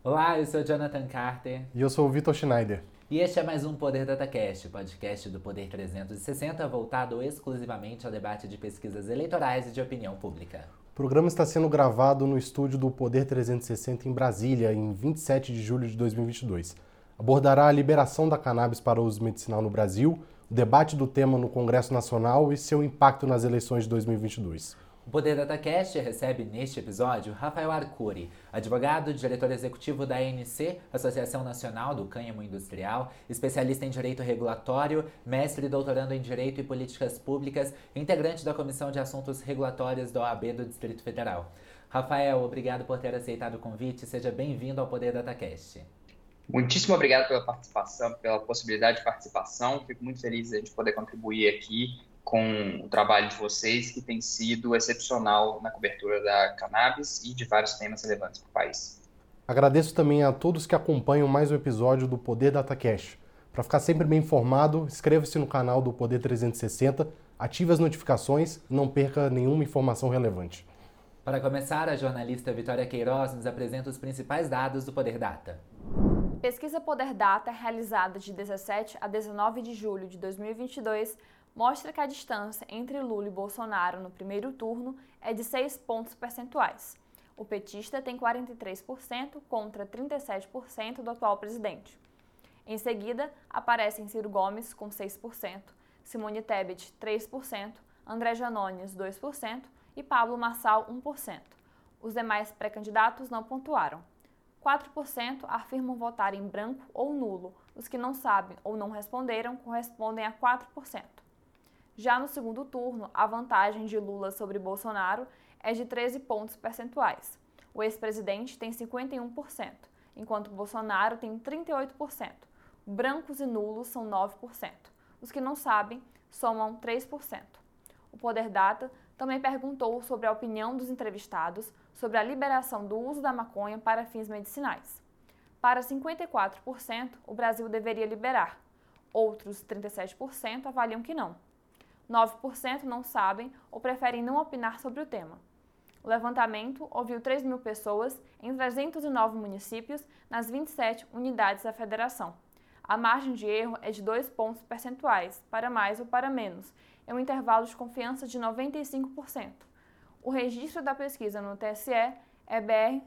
Olá, eu sou Jonathan Carter E eu sou o Vitor Schneider. e este é mais um Poder DataCast, podcast do Poder 360 voltado exclusivamente ao debate de pesquisas eleitorais e de opinião pública. O programa está sendo gravado no estúdio do Poder 360 em Brasília, em 27 de julho de 2022. Abordará a liberação da cannabis para uso medicinal no Brasil, o debate do tema no Congresso Nacional e seu impacto nas eleições de 2022. O Poder DataCast recebe neste episódio Rafael Arcuri, advogado, diretor executivo da ANC, Associação Nacional do Cânhamo Industrial, especialista em Direito Regulatório, mestre e doutorando em Direito e Políticas Públicas, integrante da Comissão de Assuntos Regulatórios da OAB do Distrito Federal. Rafael, obrigado por ter aceitado o convite, seja bem-vindo ao Poder DataCast. Muitíssimo obrigado pela participação, pela possibilidade de participação. Fico muito feliz de poder contribuir aqui com o trabalho de vocês, que tem sido excepcional na cobertura da cannabis e de vários temas relevantes para o país. Agradeço também a todos que acompanham mais um episódio do Poder DataCast. Para ficar sempre bem informado, inscreva-se no canal do Poder 360, ative as notificações e não perca nenhuma informação relevante. Para começar, a jornalista Vitória Queiroz nos apresenta os principais dados do Poder Data. Pesquisa Poder Data, realizada de 17 a 19 de julho de 2022, mostra que a distância entre Lula e Bolsonaro no primeiro turno é de 6 pontos percentuais. O petista tem 43% contra 37% do atual presidente. Em seguida, aparecem Ciro Gomes com 6%, Simone Tebet 3%, André Janones 2% e Pablo Marçal 1%. Os demais pré-candidatos não pontuaram. 4% afirmam votar em branco ou nulo. Os que não sabem ou não responderam correspondem a 4%. Já no segundo turno, a vantagem de Lula sobre Bolsonaro é de 13 pontos percentuais. O ex-presidente tem 51%, enquanto Bolsonaro tem 38%. Brancos e nulos são 9%. Os que não sabem somam 3%. O Poder Data também perguntou sobre a opinião dos entrevistados sobre a liberação do uso da maconha para fins medicinais. Para 54%, o Brasil deveria liberar. Outros 37% avaliam que não. 9% não sabem ou preferem não opinar sobre o tema. O levantamento ouviu 3 mil pessoas em 309 municípios nas 27 unidades da federação. A margem de erro é de 2 pontos percentuais, para mais ou para menos, em um intervalo de confiança de 95%. O registro da pesquisa no TSE é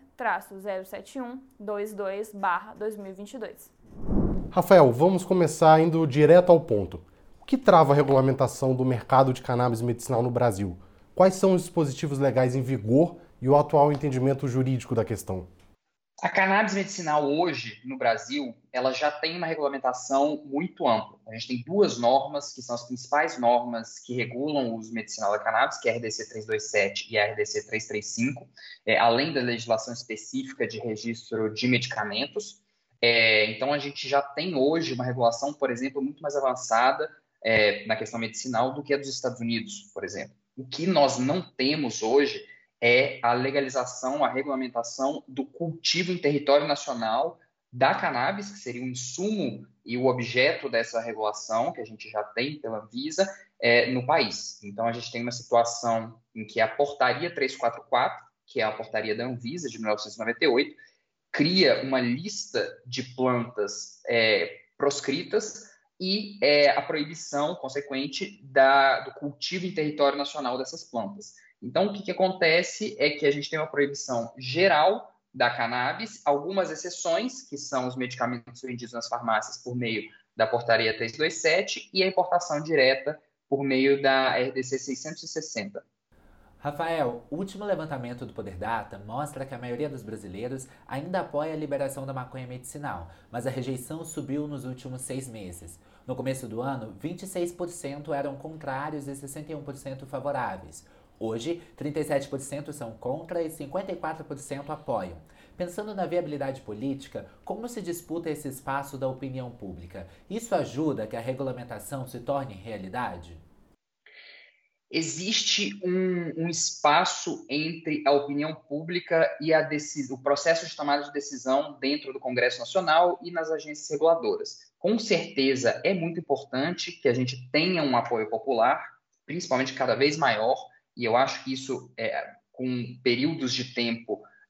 BR-07122/2022. Rafael, vamos começar indo direto ao ponto. O que trava a regulamentação do mercado de cannabis medicinal no Brasil? Quais são os dispositivos legais em vigor e o atual entendimento jurídico da questão? A cannabis medicinal hoje, no Brasil, ela já tem uma regulamentação muito ampla. A gente tem 2 normas, que são as principais normas que regulam o uso medicinal da cannabis, que é a RDC 327 e a RDC 335, além da legislação específica de registro de medicamentos. Então, a gente já tem hoje uma regulação, por exemplo, muito mais avançada na questão medicinal do que a dos Estados Unidos, por exemplo. O que nós não temos hoje é a legalização, a regulamentação do cultivo em território nacional da cannabis, que seria o insumo e o objeto dessa regulação, que a gente já tem pela Anvisa, no país. Então, a gente tem uma situação em que a Portaria 344, que é a portaria da Anvisa, de 1998, cria uma lista de plantas proscritas e a proibição consequente do cultivo em território nacional dessas plantas. Então, o que acontece é que a gente tem uma proibição geral da cannabis, algumas exceções, que são os medicamentos vendidos nas farmácias por meio da portaria 327 e a importação direta por meio da RDC 660. Rafael, o último levantamento do Poder Data mostra que a maioria dos brasileiros ainda apoia a liberação da maconha medicinal, mas a rejeição subiu nos últimos 6 meses. No começo do ano, 26% eram contrários e 61% favoráveis. Hoje, 37% são contra e 54% apoiam. Pensando na viabilidade política, como se disputa esse espaço da opinião pública? Isso ajuda a que a regulamentação se torne realidade? Existe um espaço entre a opinião pública e o processo de tomada de decisão dentro do Congresso Nacional e nas agências reguladoras. Com certeza, é muito importante que a gente tenha um apoio popular, principalmente cada vez maior, e eu acho que isso, com períodos de tempo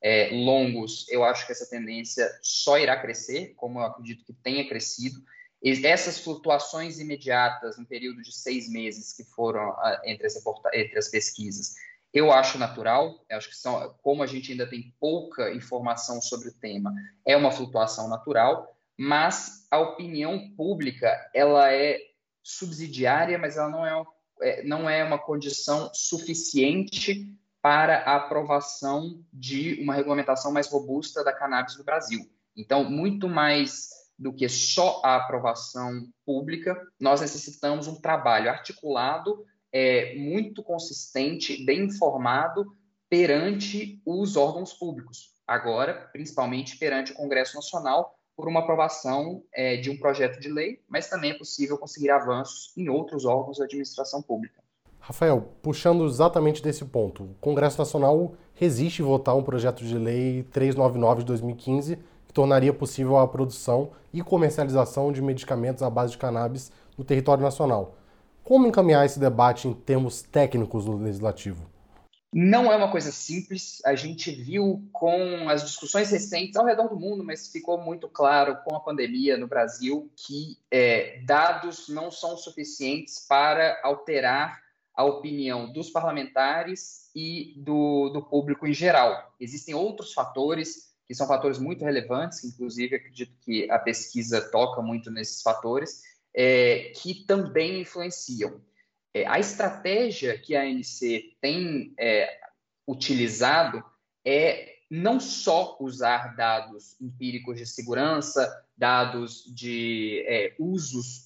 longos, eu acho que essa tendência só irá crescer, como eu acredito que tenha crescido. E essas flutuações imediatas, no período de 6 meses que foram entre as pesquisas, eu acho natural, eu acho que como a gente ainda tem pouca informação sobre o tema, é uma flutuação natural, mas a opinião pública, ela é subsidiária, mas ela não é uma condição suficiente para a aprovação de uma regulamentação mais robusta da cannabis no Brasil. Então, muito mais do que só a aprovação pública, nós necessitamos um trabalho articulado, muito consistente, bem informado perante os órgãos públicos. Agora, principalmente perante o Congresso Nacional, por uma aprovação de um projeto de lei, mas também é possível conseguir avanços em outros órgãos da administração pública. Rafael, puxando exatamente desse ponto, o Congresso Nacional resiste a votar um projeto de lei 399 de 2015 que tornaria possível a produção e comercialização de medicamentos à base de cannabis no território nacional. Como encaminhar esse debate em termos técnicos no Legislativo? Não é uma coisa simples, a gente viu com as discussões recentes ao redor do mundo, mas ficou muito claro com a pandemia no Brasil que dados não são suficientes para alterar a opinião dos parlamentares e do público em geral. Existem outros fatores, que são fatores muito relevantes, que inclusive acredito que a pesquisa toca muito nesses fatores, que também influenciam. A estratégia que a ANC tem utilizado é não só usar dados empíricos de segurança, dados de usos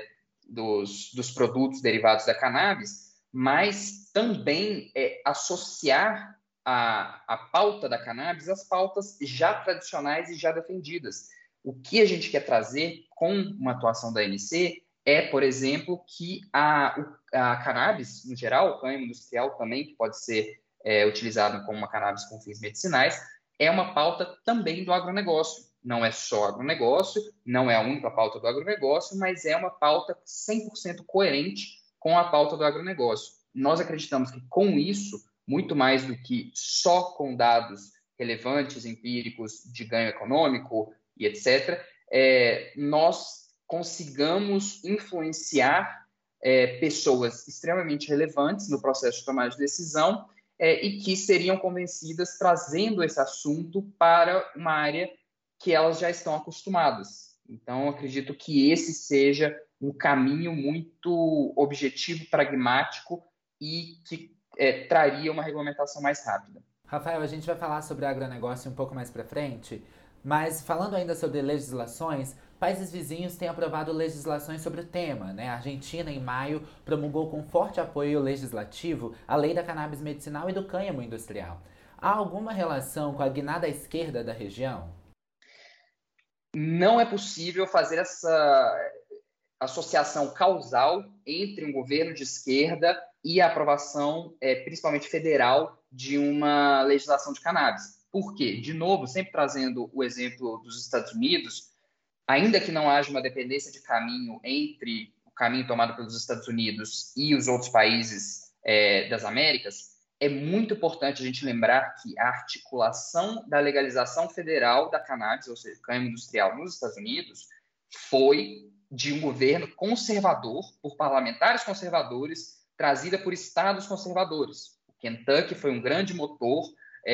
dos produtos derivados da cannabis, mas também associar a pauta da cannabis às pautas já tradicionais e já defendidas. O que a gente quer trazer com uma atuação da ANC por exemplo, que a cannabis, no geral, o cânhamo industrial também, que pode ser utilizado como uma cannabis com fins medicinais, é uma pauta também do agronegócio. Não é só agronegócio, não é a única pauta do agronegócio, mas é uma pauta 100% coerente com a pauta do agronegócio. Nós acreditamos que com isso, muito mais do que só com dados relevantes, empíricos, de ganho econômico e etc., nós consigamos influenciar pessoas extremamente relevantes no processo de tomada de decisão e que seriam convencidas trazendo esse assunto para uma área que elas já estão acostumadas. Então, acredito que esse seja um caminho muito objetivo, pragmático e que traria uma regulamentação mais rápida. Rafael, a gente vai falar sobre agronegócio um pouco mais para frente, mas falando ainda sobre legislações, países vizinhos têm aprovado legislações sobre o tema, né? A Argentina, em maio, promulgou com forte apoio legislativo a lei da cannabis medicinal e do cânhamo industrial. Há alguma relação com a guinada à esquerda da região? Não é possível fazer essa associação causal entre um governo de esquerda e a aprovação, principalmente federal, de uma legislação de cannabis. Por quê? De novo, sempre trazendo o exemplo dos Estados Unidos, ainda que não haja uma dependência de caminho entre o caminho tomado pelos Estados Unidos e os outros países das Américas, é muito importante a gente lembrar que a articulação da legalização federal da cannabis, ou seja, cânhamo industrial nos Estados Unidos, foi de um governo conservador, por parlamentares conservadores, trazida por estados conservadores. O Kentucky foi um grande motor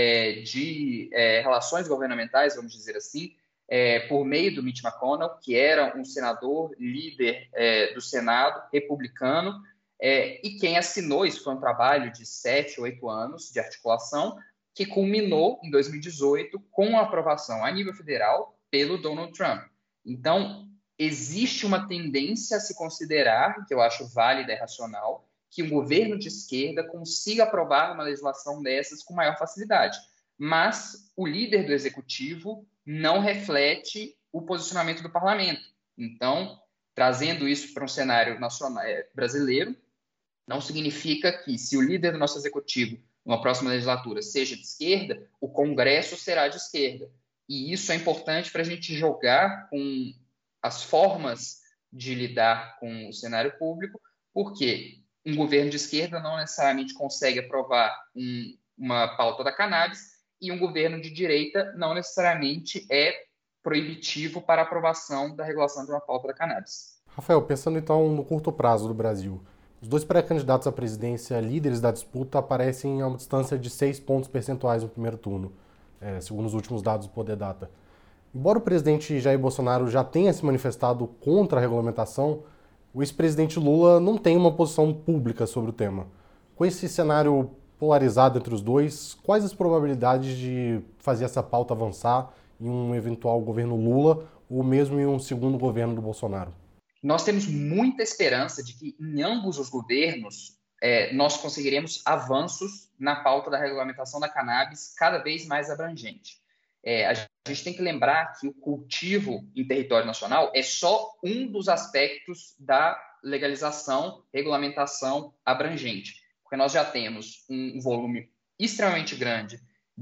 de relações governamentais, vamos dizer assim, por meio do Mitch McConnell, que era um senador líder do Senado, republicano, e quem assinou, isso foi um trabalho de 7, 8 anos de articulação, que culminou em 2018 com a aprovação a nível federal pelo Donald Trump. Então, existe uma tendência a se considerar, que eu acho válida e racional, que um governo de esquerda consiga aprovar uma legislação dessas com maior facilidade. Mas o líder do executivo não reflete o posicionamento do parlamento. Então, trazendo isso para um cenário nacional, brasileiro, não significa que, se o líder do nosso executivo, numa próxima legislatura, seja de esquerda, o Congresso será de esquerda. E isso é importante para a gente jogar com as formas de lidar com o cenário público, porque um governo de esquerda não necessariamente consegue aprovar uma pauta da cannabis e um governo de direita não necessariamente é proibitivo para a aprovação da regulação de uma pauta da cannabis. Rafael, pensando então no curto prazo do Brasil, os dois pré-candidatos à presidência líderes da disputa aparecem a uma distância de 6 pontos percentuais no primeiro turno, segundo os últimos dados do Poder Data. Embora o presidente Jair Bolsonaro já tenha se manifestado contra a regulamentação, o ex-presidente Lula não tem uma posição pública sobre o tema. Com esse cenário polarizado entre os dois, quais as probabilidades de fazer essa pauta avançar em um eventual governo Lula ou mesmo em um segundo governo do Bolsonaro? Nós temos muita esperança de que em ambos os governos nós conseguiremos avanços na pauta da regulamentação da cannabis cada vez mais abrangente. A gente tem que lembrar que o cultivo em território nacional é só um dos aspectos da legalização, regulamentação abrangente, porque nós já temos um volume extremamente grande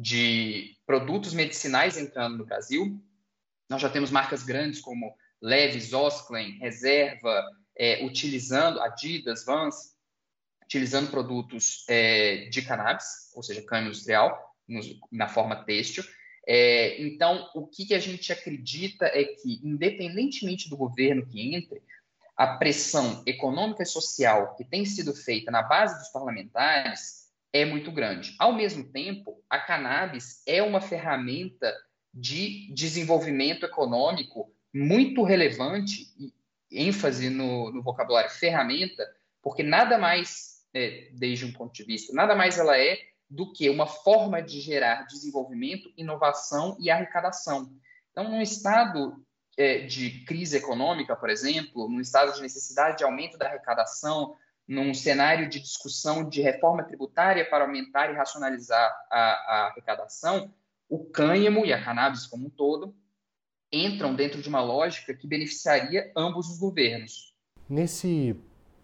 de produtos medicinais entrando no Brasil, nós já temos marcas grandes como Levi's, Osklen, Reserva, utilizando Adidas, Vans, utilizando produtos de cannabis, ou seja, cana industrial, na forma têxtil. Então, o que a gente acredita é que, independentemente do governo que entre, a pressão econômica e social que tem sido feita na base dos parlamentares é muito grande. Ao mesmo tempo, a cannabis é uma ferramenta de desenvolvimento econômico muito relevante, e ênfase no vocabulário ferramenta, porque nada mais, desde um ponto de vista, nada mais ela é do que uma forma de gerar desenvolvimento, inovação e arrecadação. Então, num estado de crise econômica, por exemplo, num estado de necessidade de aumento da arrecadação, num cenário de discussão de reforma tributária para aumentar e racionalizar a arrecadação, o cânhamo e a cannabis como um todo entram dentro de uma lógica que beneficiaria ambos os governos. Nesse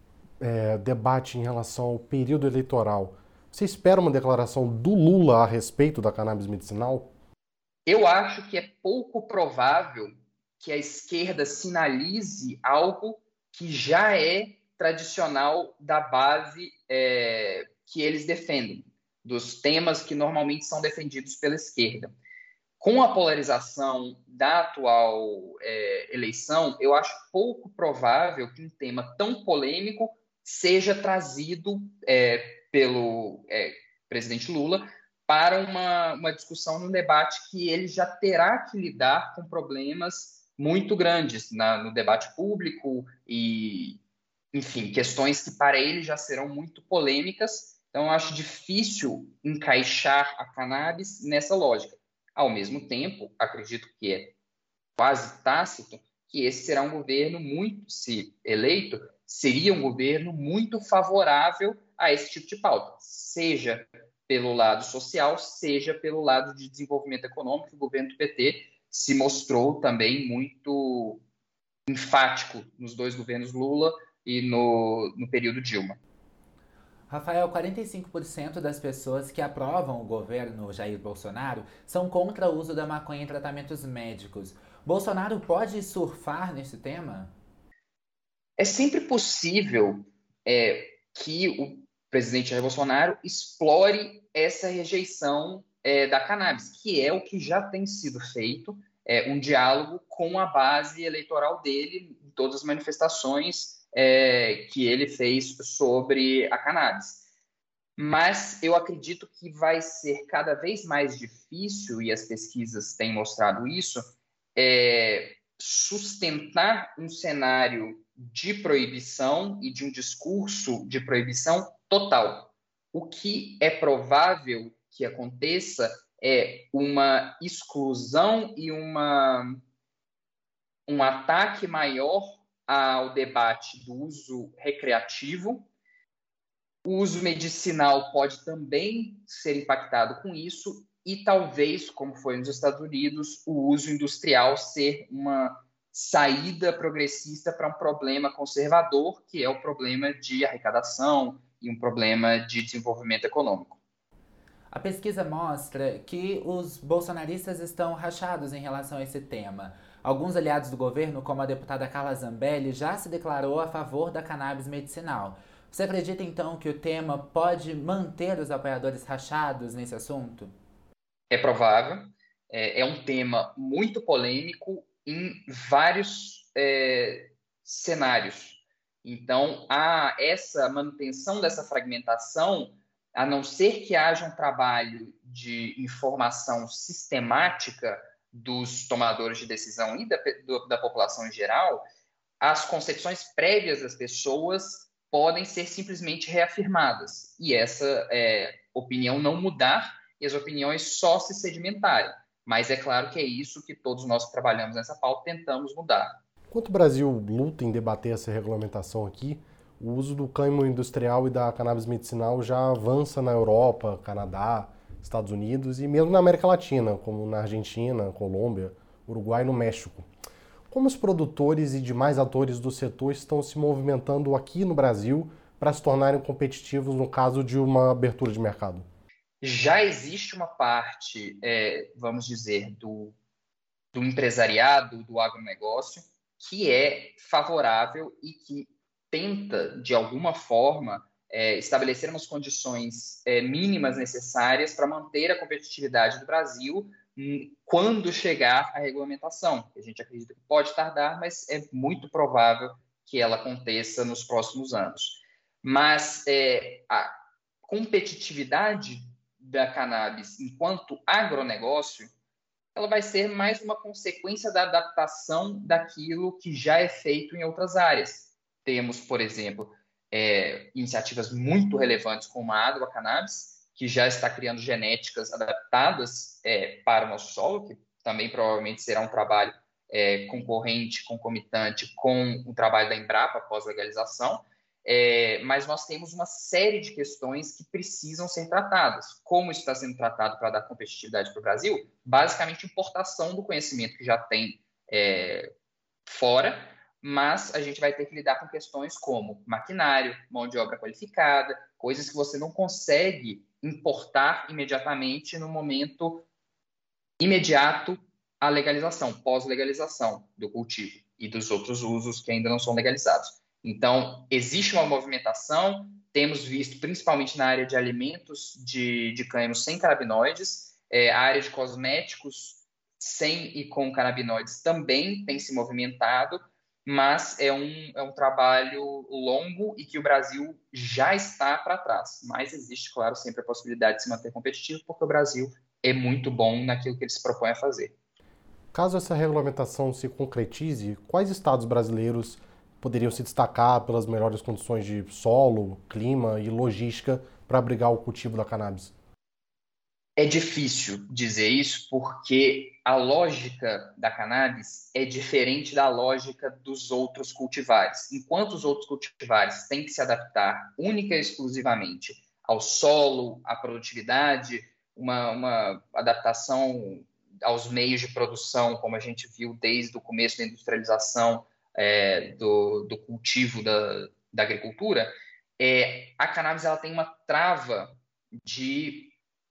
debate em relação ao período eleitoral, você espera uma declaração do Lula a respeito da cannabis medicinal? Eu acho que é pouco provável que a esquerda sinalize algo que já é tradicional da base que eles defendem, dos temas que normalmente são defendidos pela esquerda. Com a polarização da atual eleição, eu acho pouco provável que um tema tão polêmico seja trazido pelo presidente Lula para uma discussão, num debate que ele já terá que lidar com problemas muito grandes no debate público e, enfim, questões que para ele já serão muito polêmicas. Então, eu acho difícil encaixar a cannabis nessa lógica. Ao mesmo tempo, acredito que é quase tácito que esse será um governo se eleito, seria um governo muito favorável a esse tipo de pauta, seja pelo lado social, seja pelo lado de desenvolvimento econômico. O governo do PT se mostrou também muito enfático nos dois governos Lula e no período Dilma. Rafael, 45% das pessoas que aprovam o governo Jair Bolsonaro são contra o uso da maconha em tratamentos médicos. Bolsonaro pode surfar nesse tema? É sempre possível que o presidente Jair Bolsonaro explore essa rejeição da cannabis, que é o que já tem sido feito, um diálogo com a base eleitoral dele, em todas as manifestações que ele fez sobre a cannabis. Mas eu acredito que vai ser cada vez mais difícil, e as pesquisas têm mostrado isso, sustentar um cenário de proibição e de um discurso de proibição total. O que é provável que aconteça é uma exclusão e um ataque maior ao debate do uso recreativo. O uso medicinal pode também ser impactado com isso e talvez, como foi nos Estados Unidos, o uso industrial ser uma saída progressista para um problema conservador, que é o problema de arrecadação e um problema de desenvolvimento econômico. A pesquisa mostra que os bolsonaristas estão rachados em relação a esse tema. Alguns aliados do governo, como a deputada Carla Zambelli, já se declarou a favor da cannabis medicinal. Você acredita, então, que o tema pode manter os apoiadores rachados nesse assunto? É provável. É um tema muito polêmico em vários cenários. Então, essa manutenção dessa fragmentação, a não ser que haja um trabalho de informação sistemática dos tomadores de decisão e da população em geral, as concepções prévias das pessoas podem ser simplesmente reafirmadas e essa opinião não mudar e as opiniões só se sedimentarem. Mas é claro que é isso que todos nós que trabalhamos nessa pauta tentamos mudar. Enquanto o Brasil luta em debater essa regulamentação aqui, o uso do cânhamo industrial e da cannabis medicinal já avança na Europa, Canadá, Estados Unidos e mesmo na América Latina, como na Argentina, Colômbia, Uruguai e no México. Como os produtores e demais atores do setor estão se movimentando aqui no Brasil para se tornarem competitivos no caso de uma abertura de mercado? Já existe uma parte, vamos dizer, do empresariado, do agronegócio, que é favorável e que tenta, de alguma forma, estabelecer umas condições mínimas necessárias para manter a competitividade do Brasil quando chegar a regulamentação. A gente acredita que pode tardar, mas é muito provável que ela aconteça nos próximos anos. Mas a competitividade da cannabis enquanto agronegócio, ela vai ser mais uma consequência da adaptação daquilo que já é feito em outras áreas. Temos, por exemplo, iniciativas muito relevantes como a AgroCannabis, que já está criando genéticas adaptadas para o nosso solo, que também provavelmente será um trabalho concomitante com o trabalho da Embrapa pós-legalização. Mas nós temos uma série de questões que precisam ser tratadas. Como isso está sendo tratado para dar competitividade para o Brasil? Basicamente, importação do conhecimento que já tem fora, mas a gente vai ter que lidar com questões como maquinário, mão de obra qualificada, coisas que você não consegue importar imediatamente no momento imediato à legalização, pós-legalização do cultivo e dos outros usos que ainda não são legalizados. Então, existe uma movimentação, temos visto, principalmente na área de alimentos de cânhamo sem canabinoides, a área de cosméticos sem e com canabinoides também tem se movimentado, mas é um trabalho longo e que o Brasil já está para trás. Mas existe, claro, sempre a possibilidade de se manter competitivo, porque o Brasil é muito bom naquilo que ele se propõe a fazer. Caso essa regulamentação se concretize, quais estados brasileiros poderiam se destacar pelas melhores condições de solo, clima e logística para abrigar o cultivo da cannabis? É difícil dizer isso porque a lógica da cannabis é diferente da lógica dos outros cultivares. Enquanto os outros cultivares têm que se adaptar única e exclusivamente ao solo, à produtividade, uma adaptação aos meios de produção, como a gente viu desde o começo da industrialização do cultivo da agricultura, a cannabis ela tem uma trava de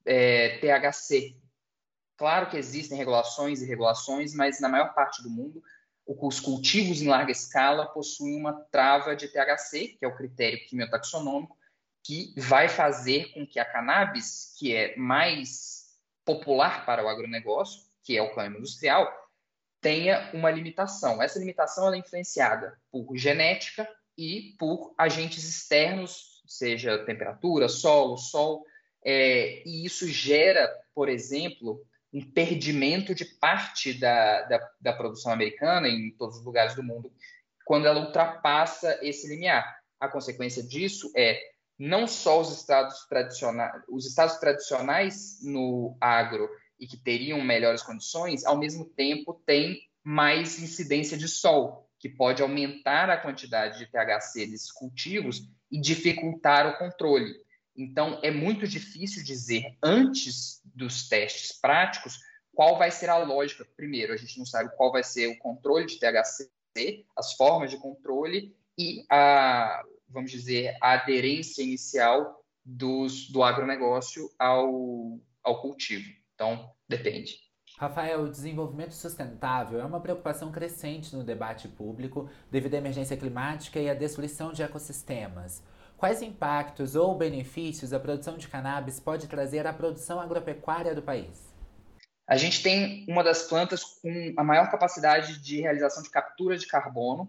THC. Claro que existem regulações e regulações, mas na maior parte do mundo, os cultivos em larga escala possuem uma trava de THC, que é o critério quimiotaxonômico, que vai fazer com que a cannabis, que é mais popular para o agronegócio, que é o cânhamo industrial, tenha uma limitação. Essa limitação ela é influenciada por genética e por agentes externos, seja temperatura, solo, sol, e isso gera, por exemplo, um perdimento de parte da produção americana em todos os lugares do mundo, quando ela ultrapassa esse limiar. A consequência disso não só os estados tradicionais no agro e que teriam melhores condições, ao mesmo tempo tem mais incidência de sol, que pode aumentar a quantidade de THC desses cultivos e dificultar o controle. Então, é muito difícil dizer, antes dos testes práticos, qual vai ser a lógica. Primeiro, a gente não sabe qual vai ser o controle de THC, as formas de controle e vamos dizer, a aderência inicial do agronegócio ao cultivo. Então, depende. Rafael, o desenvolvimento sustentável é uma preocupação crescente no debate público devido à emergência climática e à destruição de ecossistemas. Quais impactos ou benefícios a produção de cannabis pode trazer à produção agropecuária do país? A gente tem uma das plantas com a maior capacidade de realização de captura de carbono.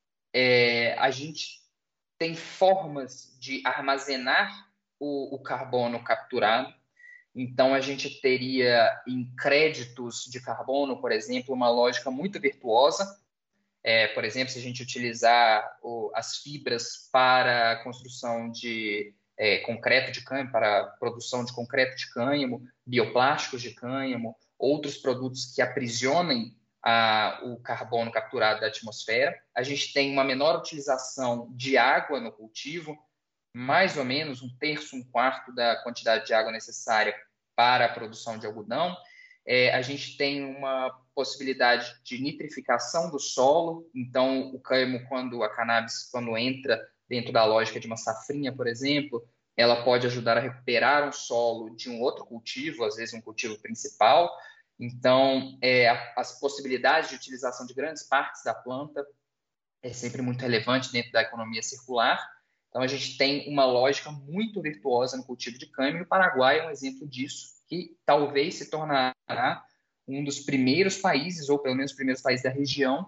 A gente tem formas de armazenar o carbono capturado. Então, a gente teria em créditos de carbono, por exemplo, uma lógica muito virtuosa. Por exemplo, se a gente utilizar as fibras para a construção de concreto de cânhamo, para a produção de concreto de cânhamo, bioplásticos de cânhamo, outros produtos que aprisionem o carbono capturado da atmosfera. A gente tem uma menor utilização de água no cultivo, mais ou menos 1/3, 1/4 da quantidade de água necessária para a produção de algodão. A gente tem uma possibilidade de nitrificação do solo. Então, o cânhamo, a cannabis, quando entra dentro da lógica de uma safrinha, por exemplo, ela pode ajudar a recuperar um solo de um outro cultivo, às vezes um cultivo principal. Então, as possibilidades de utilização de grandes partes da planta é sempre muito relevante dentro da economia circular. Então, a gente tem uma lógica muito virtuosa no cultivo de cânhamo, e o Paraguai é um exemplo disso, que talvez se tornará um dos primeiros países, ou pelo menos os primeiros países da região,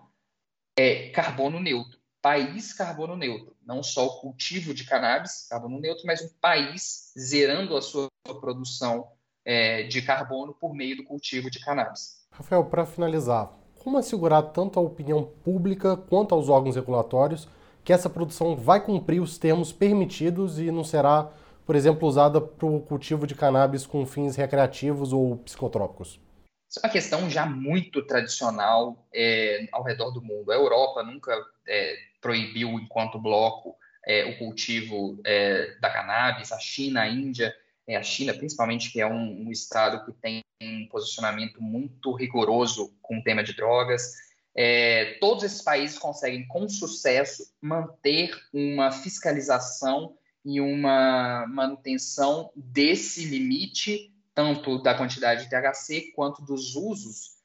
carbono neutro. País carbono neutro. Não só o cultivo de cannabis, carbono neutro, mas um país zerando a sua produção de carbono por meio do cultivo de cannabis. Rafael, para finalizar, como assegurar tanto a opinião pública quanto aos órgãos regulatórios que essa produção vai cumprir os termos permitidos e não será, por exemplo, usada para o cultivo de cannabis com fins recreativos ou psicotrópicos? Isso é uma questão já muito tradicional ao redor do mundo. A Europa nunca proibiu, enquanto bloco, o cultivo da cannabis. A China, a Índia, a China principalmente, que é um estado que tem um posicionamento muito rigoroso com o tema de drogas. Todos esses países conseguem, com sucesso, manter uma fiscalização e uma manutenção desse limite, tanto da quantidade de THC quanto dos usos,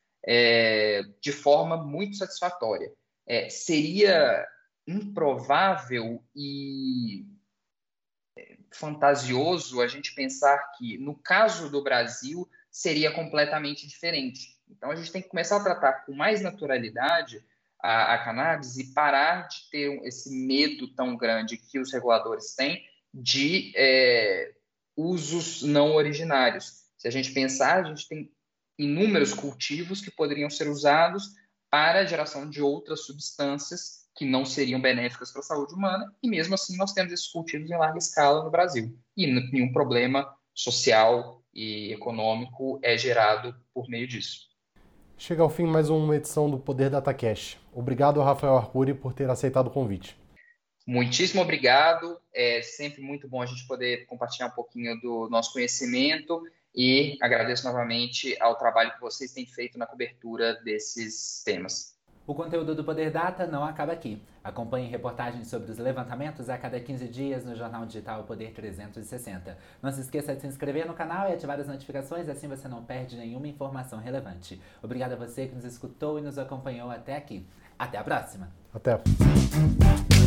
de forma muito satisfatória. Seria improvável e fantasioso a gente pensar que, no caso do Brasil, seria completamente diferente. Então, a gente tem que começar a tratar com mais naturalidade a cannabis e parar de ter esse medo tão grande que os reguladores têm de usos não originários. Se a gente pensar, a gente tem inúmeros cultivos que poderiam ser usados para a geração de outras substâncias que não seriam benéficas para a saúde humana, e mesmo assim nós temos esses cultivos em larga escala no Brasil. E nenhum problema social e econômico é gerado por meio disso. Chega ao fim mais uma edição do Poder DataCast. Obrigado, Rafael Arcuri, por ter aceitado o convite. Muitíssimo obrigado. É sempre muito bom a gente poder compartilhar um pouquinho do nosso conhecimento, e agradeço novamente ao trabalho que vocês têm feito na cobertura desses temas. O conteúdo do Poder Data não acaba aqui. Acompanhe reportagens sobre os levantamentos a cada 15 dias no jornal digital Poder 360. Não se esqueça de se inscrever no canal e ativar as notificações, assim você não perde nenhuma informação relevante. Obrigado a você que nos escutou e nos acompanhou até aqui. Até a próxima! Até!